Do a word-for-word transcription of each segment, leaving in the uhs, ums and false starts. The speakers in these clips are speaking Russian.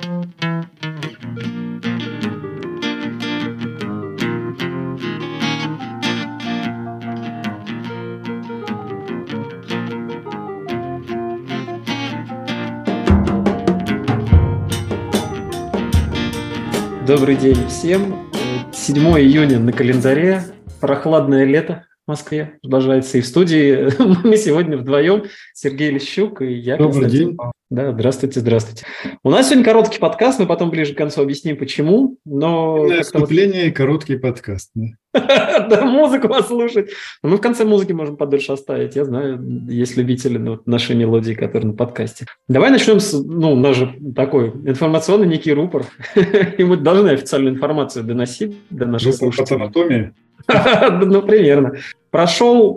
Добрый день всем. седьмого июня на календаре. Прохладное лето в Москве продолжается. И в студии мы сегодня вдвоем. Сергей Лещук и я. Добрый день. Да, здравствуйте, здравствуйте. У нас сегодня короткий подкаст, мы потом ближе к концу объясним, почему. Но вступление и короткий подкаст. Да, музыку послушать. Мы в конце музыки можем подольше оставить. Я знаю, есть любители нашей мелодии, которые на подкасте. Давай начнем с, ну, у нас же такой информационный некий рупор. И мы должны официальную информацию доносить до наших слушателей. Патанатомии? Ну, примерно. Прошел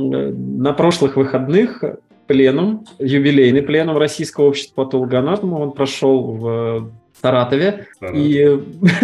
на прошлых выходных пленум, юбилейный пленум Российского общества патологоанатомов. Он прошел в Саратове. Саратов. И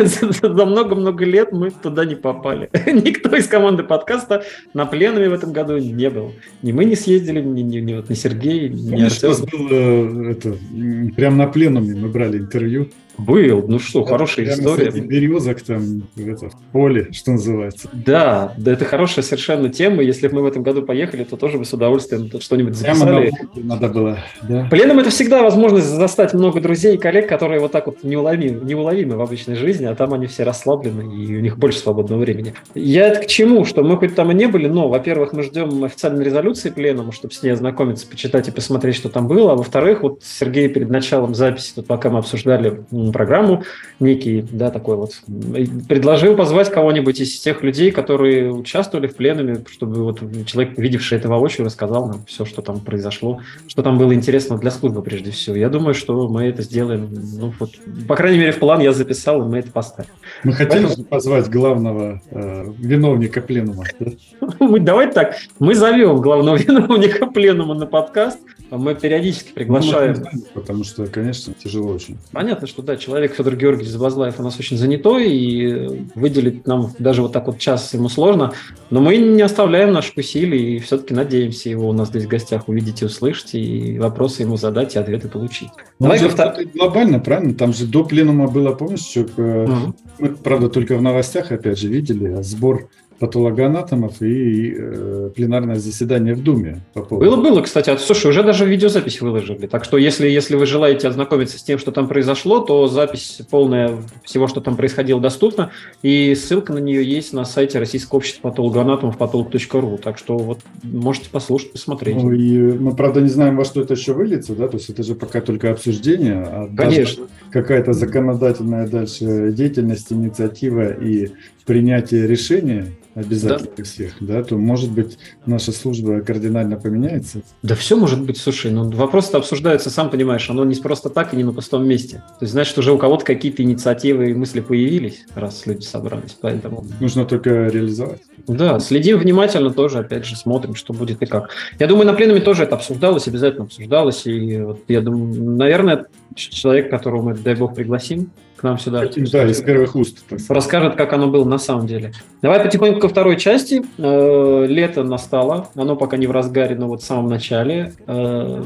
за много-много лет мы туда не попали. Никто из команды подкаста на пленуме в этом году не был. Ни мы не съездили, ни, ни, ни, ни Сергей, ни Артем. У нас было это, прямо на пленуме мы брали интервью. Был, ну что, это хорошая история. Среди березок там, это, в поле, что называется. Да, да, это хорошая совершенно тема. Если бы мы в этом году поехали, то тоже бы с удовольствием что-нибудь записали. Прямо надо было, да. Пленум – это всегда возможность застать много друзей и коллег, которые вот так вот неуловимы, неуловимы в обычной жизни, а там они все расслаблены, и у них больше свободного времени. Я это к чему? Что мы хоть там и не были, но, во-первых, мы ждем официальной резолюции пленума, чтобы с ней ознакомиться, почитать и посмотреть, что там было. А во-вторых, вот Сергей перед началом записи, тут пока мы обсуждали программу некий, да, такой вот, предложил позвать кого-нибудь из тех людей, которые участвовали в пленуме, чтобы вот человек, видевший это воочию, рассказал нам все, что там произошло, что там было интересно для службы прежде всего. Я думаю, что мы это сделаем, ну вот, по крайней мере, в план я записал, и мы это поставим. Мы хотели Поэтому... позвать главного э, виновника пленума. Давайте так, мы зовем главного виновника пленума на подкаст, мы периодически приглашаем. Ну, потому что, конечно, тяжело очень. Понятно, что да, человек Федор Георгиевич Забазлаев у нас очень занятой, и выделить нам даже вот так вот час ему сложно, но мы не оставляем наших усилий и все-таки надеемся его у нас здесь в гостях увидеть и услышать, и вопросы ему задать, и ответы получить. Ну, Давай повтор... глобально, правильно? Там же до пленума было, помнишь, что, uh-huh. мы, правда, только в новостях, опять же, видели сбор патологоанатомов и э, пленарное заседание в Думе. По поводу... Было, было, кстати. А, слушай, уже даже видеозапись выложили. Так что, если, если вы желаете ознакомиться с тем, что там произошло, то запись полная всего, что там происходило, доступна. И ссылка на нее есть на сайте Российского общества патологоанатомов патолог точка ру. Так что вот можете послушать, посмотреть. Ну, и мы, правда, не знаем, во что это еще выльется, да? То есть это же пока только обсуждение. А Конечно. Какая-то законодательная дальше деятельность, инициатива и принятие решения обязательно да. всех, да, то, может быть, наша служба кардинально поменяется. Да все может быть, слушай, ну вопрос-то обсуждается, сам понимаешь, оно не просто так и не на пустом месте. То есть, значит, уже у кого-то какие-то инициативы и мысли появились, раз люди собрались, поэтому... Нужно только реализовать. Да, следим внимательно тоже, опять же, смотрим, что будет и как. Я думаю, на пленуме тоже это обсуждалось, обязательно обсуждалось, и вот я думаю, наверное, человек, которого мы, дай бог, пригласим к нам сюда. Да, из первых уст. Расскажет, как оно было на самом деле. Давай потихоньку ко второй части. Э, лето настало, оно пока не в разгаре, но вот в самом начале. Э,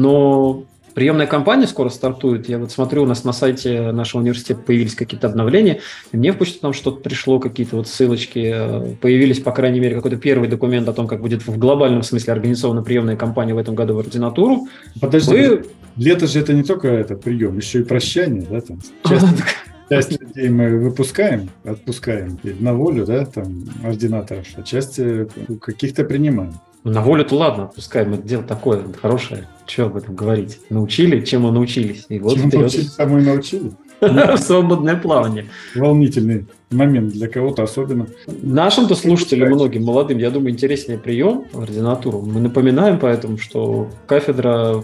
но приемная кампания скоро стартует. Я вот смотрю, у нас на сайте нашего университета появились какие-то обновления. И мне в почту там что-то пришло, какие-то вот ссылочки. Появились, по крайней мере, какой-то первый документ о том, как будет в глобальном смысле организована приемная кампания в этом году в ординатуру. Подожди, Вы... лето же это не только это прием, еще и прощание, да? Там, часто... Часть людей мы выпускаем, отпускаем на волю, да, там, ординаторов, а часть каких-то принимаем. На волю-то ладно, отпускаем, это дело такое хорошее. Что об этом говорить? Научили, чему научились. И вот чему вперед. научили, тому и научили. В свободное плавание. Волнительный момент для кого-то особенно. Нашим-то слушателям, многим молодым, я думаю, интереснее прием в ординатуру. Мы напоминаем поэтому, что кафедра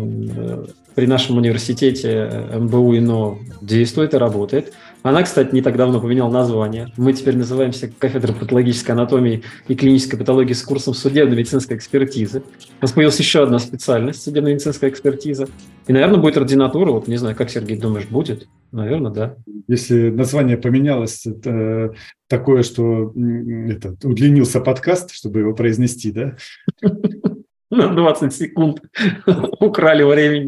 при нашем университете эм бэ у ИНО действует и работает. Она, кстати, не так давно поменяла название. Мы теперь называемся кафедра патологической анатомии и клинической патологии с курсом судебно-медицинской экспертизы. У нас появилась еще одна специальность – судебно-медицинская экспертиза. И, наверное, будет ординатура. Вот не знаю, как, Сергей, думаешь, будет? Наверное, да. Если название поменялось, это такое, что это, удлинился подкаст, чтобы его произнести, да? На двадцать секунд украли времени.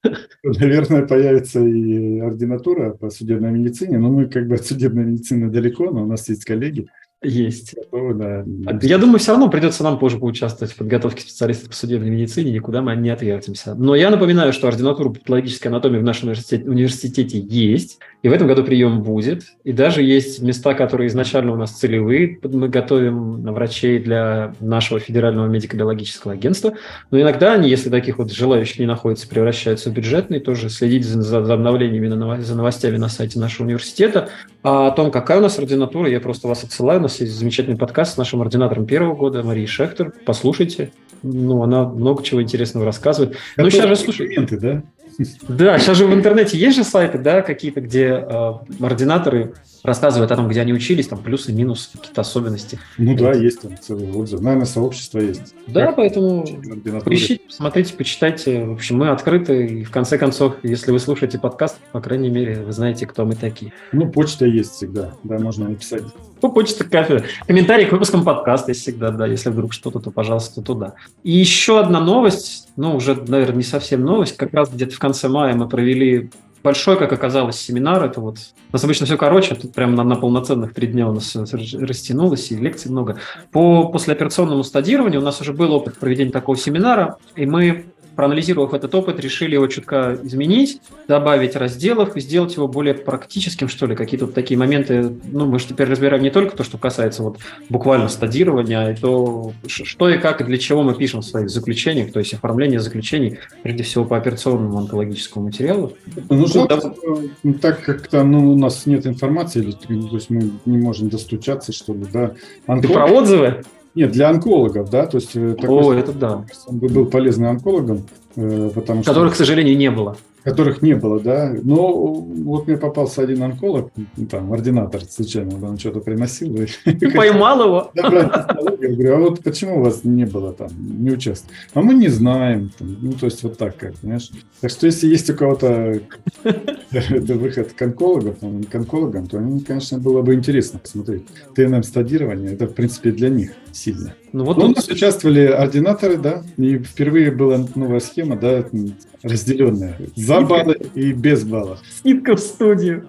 Наверное, появится и ординатура по судебной медицине, но мы как бы от судебной медицины далеко, но у нас есть коллеги. Есть. Готовы, да. Я думаю, все равно придется нам позже поучаствовать в подготовке специалистов по судебной медицине, никуда мы не отвертимся. Но я напоминаю, что ординатура по патологической анатомии в нашем университете, университете есть, и в этом году прием будет. И даже есть места, которые изначально у нас целевые. Мы готовим врачей для нашего федерального медико-биологического агентства. Но иногда они, если таких вот желающих не находится, превращаются в бюджетные. Тоже следить за, за обновлениями, за новостями на сайте нашего университета. А о том, какая у нас ординатура, я просто вас отсылаю. У нас есть замечательный подкаст с нашим ординатором первого года, Марией Шехтер. Послушайте. Ну, она много чего интересного рассказывает. Ну, сейчас же, слушай... да? Да, сейчас же в интернете есть же сайты, да, какие-то, где э, ординаторы рассказывают о том, где они учились, там плюсы, минусы, какие-то особенности. Ну да, есть там целый отзыв. Наверное, сообщество есть. Да, как поэтому поищите, посмотрите, почитайте. В общем, мы открыты. И в конце концов, если вы слушаете подкаст, по крайней мере, вы знаете, кто мы такие. Ну, почта есть всегда. Да, можно написать. По почте кафе. Комментарий к выпускам подкаста есть всегда, да. Если вдруг что-то, то, пожалуйста, туда. И еще одна новость, ну, уже, наверное, не совсем новость. Как раз где-то в конце мая мы провели большой, как оказалось, семинар. Это вот... У нас обычно все короче, тут прямо на, на полноценных три дня у нас растянулось, и лекций много. По послеоперационному стадированию у нас уже был опыт проведения такого семинара, и мы, проанализировав этот опыт, решили его чутка изменить, добавить разделов и сделать его более практическим, что ли, какие-то вот такие моменты. Ну, мы же теперь разбираем не только то, что касается вот буквально стадирования, а и то, что и как, и для чего мы пишем в своих заключениях, то есть оформление заключений, прежде всего, по операционному онкологическому материалу. Ну, жалко, да. Так как-то ну, у нас нет информации, то есть мы не можем достучаться, чтобы, да. Онколог... Ты про отзывы? Нет, для онкологов, да, то есть такой, О, это да. Он бы был полезным онкологом, потому что... Которых, к сожалению, не было. Которых не было, да. Но вот мне попался один онколог, там, ординатор случайно, он что-то приносил. Ты поймал его? Я говорю, а вот почему у вас не было там, не участвовали? А мы не знаем. Ну, то есть вот так, как, понимаешь? Так что если есть у кого-то выход к онкологам, к онкологам, то, конечно, было бы интересно посмотреть. ТНМ-стадирование, это, в принципе, для них сильно. Ну, вот у нас участвовали ординаторы, да, и впервые была новая схема, да, разделенная. За баллы и без баллов. Скидка в студию.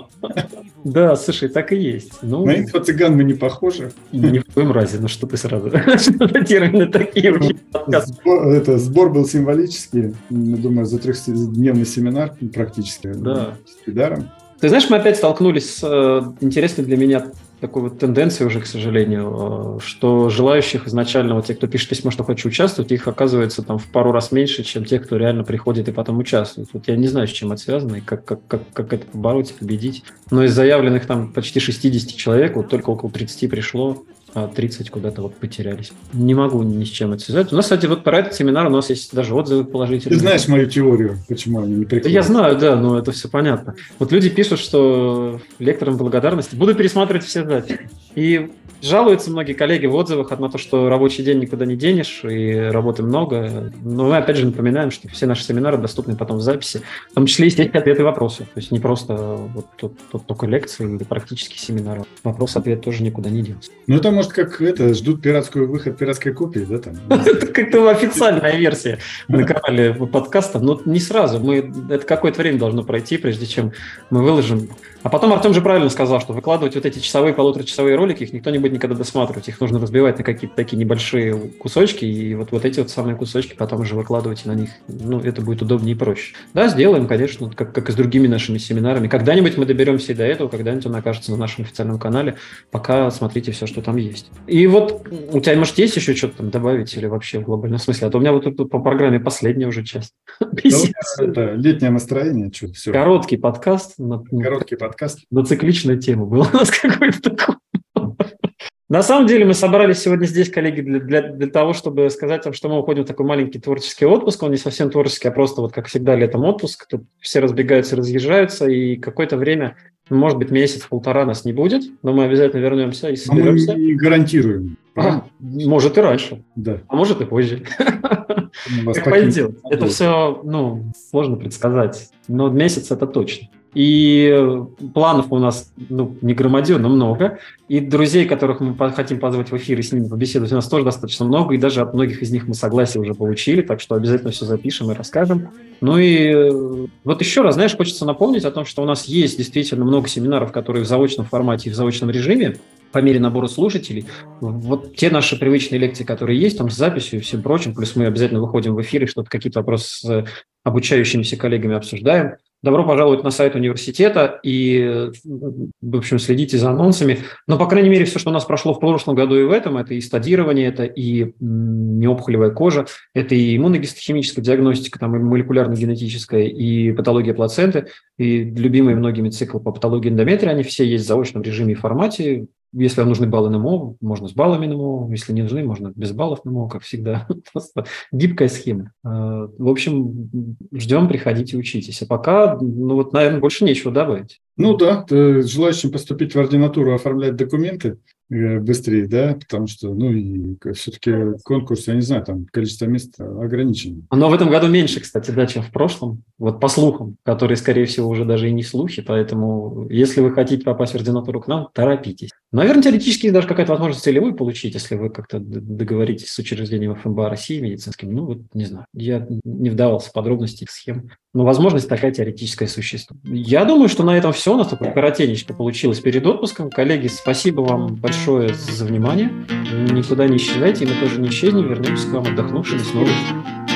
Да, слушай, так и есть. Ну, на инфо-цыган мы не похожи. Ни в коем разе, ну что ты сразу. Что-то термины такие. Это сбор был символический, думаю, за трехдневный семинар практически. Да. С Идаром. Ты знаешь, мы опять столкнулись с э, интересной для меня такой вот тенденцией уже, к сожалению, э, что желающих изначально, вот те, кто пишет письмо, что хочу участвовать, их оказывается там в пару раз меньше, чем тех, кто реально приходит и потом участвует. Вот я не знаю, с чем это связано и как, как, как, как это побороть, победить. Но из заявленных там почти шестьдесят человек, вот только около тридцати пришло, а тридцать куда-то вот потерялись. Не могу ни с чем это связать. У нас, кстати, вот про этот семинар у нас есть даже отзывы положительные. Ты знаешь мою теорию, почему они не приходят? Я знаю, да, но это все понятно. Вот люди пишут, что лекторам благодарности. Буду пересматривать все записи. И жалуются многие коллеги в отзывах на то, что рабочий день никуда не денешь, и работы много. Но мы, опять же, напоминаем, что все наши семинары доступны потом в записи. В том числе есть ответы и вопросы. То есть не просто вот тут, тут только лекции или практические семинары. Вопрос-ответ тоже никуда не делся. Ну, это может как это, ждут пиратскую выход пиратской копии, да, там? Это как-то официальная версия на канале подкаста, но не сразу. Мы, это какое-то время должно пройти, прежде чем мы выложим. А потом Артем же правильно сказал, что выкладывать вот эти часовые, полуторачасовые ролики, их никто не будет никогда досматривать. Их нужно разбивать на какие-то такие небольшие кусочки, и вот, вот эти вот самые кусочки потом уже выкладывать, и на них, ну, это будет удобнее и проще. Да, сделаем, конечно, как, как и с другими нашими семинарами. Когда-нибудь мы доберемся и до этого, когда-нибудь он окажется на нашем официальном канале. Пока смотрите все, что там есть. И вот у тебя, может, есть еще что-то там добавить или вообще в глобальном смысле? А то у меня вот тут по программе последняя уже часть. Это летнее настроение. Что, все. Короткий подкаст. Короткий подкаст. На цикличная тема была у нас какой-то такой. На самом деле мы собрались сегодня здесь, коллеги, для, для, для того, чтобы сказать вам, что мы уходим в такой маленький творческий отпуск. Он не совсем творческий, а просто вот как всегда летом отпуск. Тут все разбегаются, разъезжаются, и какое-то время, может быть, месяц-полтора нас не будет, но мы обязательно вернемся и соберемся. А мы не гарантируем. А, может и раньше, да. А может и позже. Как пойдет. Это все, ну, сложно предсказать, но месяц это точно. И планов у нас, ну, не громадье, но много. И друзей, которых мы хотим позвать в эфир и с ними побеседовать, у нас тоже достаточно много. И даже от многих из них мы согласие уже получили. Так что обязательно все запишем и расскажем. Ну и вот еще раз, знаешь, хочется напомнить о том, что у нас есть действительно много семинаров, которые в заочном формате и в заочном режиме по мере набора слушателей. Вот те наши привычные лекции, которые есть, там с записью и всем прочим, плюс мы обязательно выходим в эфир и что-то, какие-то вопросы с обучающимися коллегами обсуждаем. Добро пожаловать на сайт университета и, в общем, следите за анонсами. Но, по крайней мере, все, что у нас прошло в прошлом году и в этом, это и стадирование, это и неопухолевая кожа, это и иммуногистохимическая диагностика, там, и молекулярно-генетическая, и патология плаценты, и любимый многими цикл по патологии эндометрия, они все есть в заочном режиме и формате. Если вам нужны баллы НМО, можно с баллами НМО. Если не нужны, можно без баллов НМО, как всегда. Просто гибкая схема. В общем, ждем, приходите, учитесь. А пока, ну вот, наверное, больше нечего добавить. Ну да, желающим поступить в ординатуру, оформлять документы быстрее, да, потому что, ну, и все-таки конкурс, я не знаю, там количество мест ограничено. Но в этом году меньше, кстати, да, чем в прошлом, вот по слухам, которые, скорее всего, уже даже и не слухи, поэтому если вы хотите попасть в ординатуру к нам, торопитесь. Наверное, теоретически есть даже какая-то возможность целевую получить, если вы как-то договоритесь с учреждением эф эм бэ а России медицинским, ну, вот, не знаю, я не вдавался в подробности их схем, но возможность такая теоретическая существует. Я думаю, что на этом все, у нас такое коротенечко получилось перед отпуском. Коллеги, спасибо вам большое за внимание. Никуда не исчезайте, и мы тоже не исчезнем. Вернемся к вам отдохнувшими снова.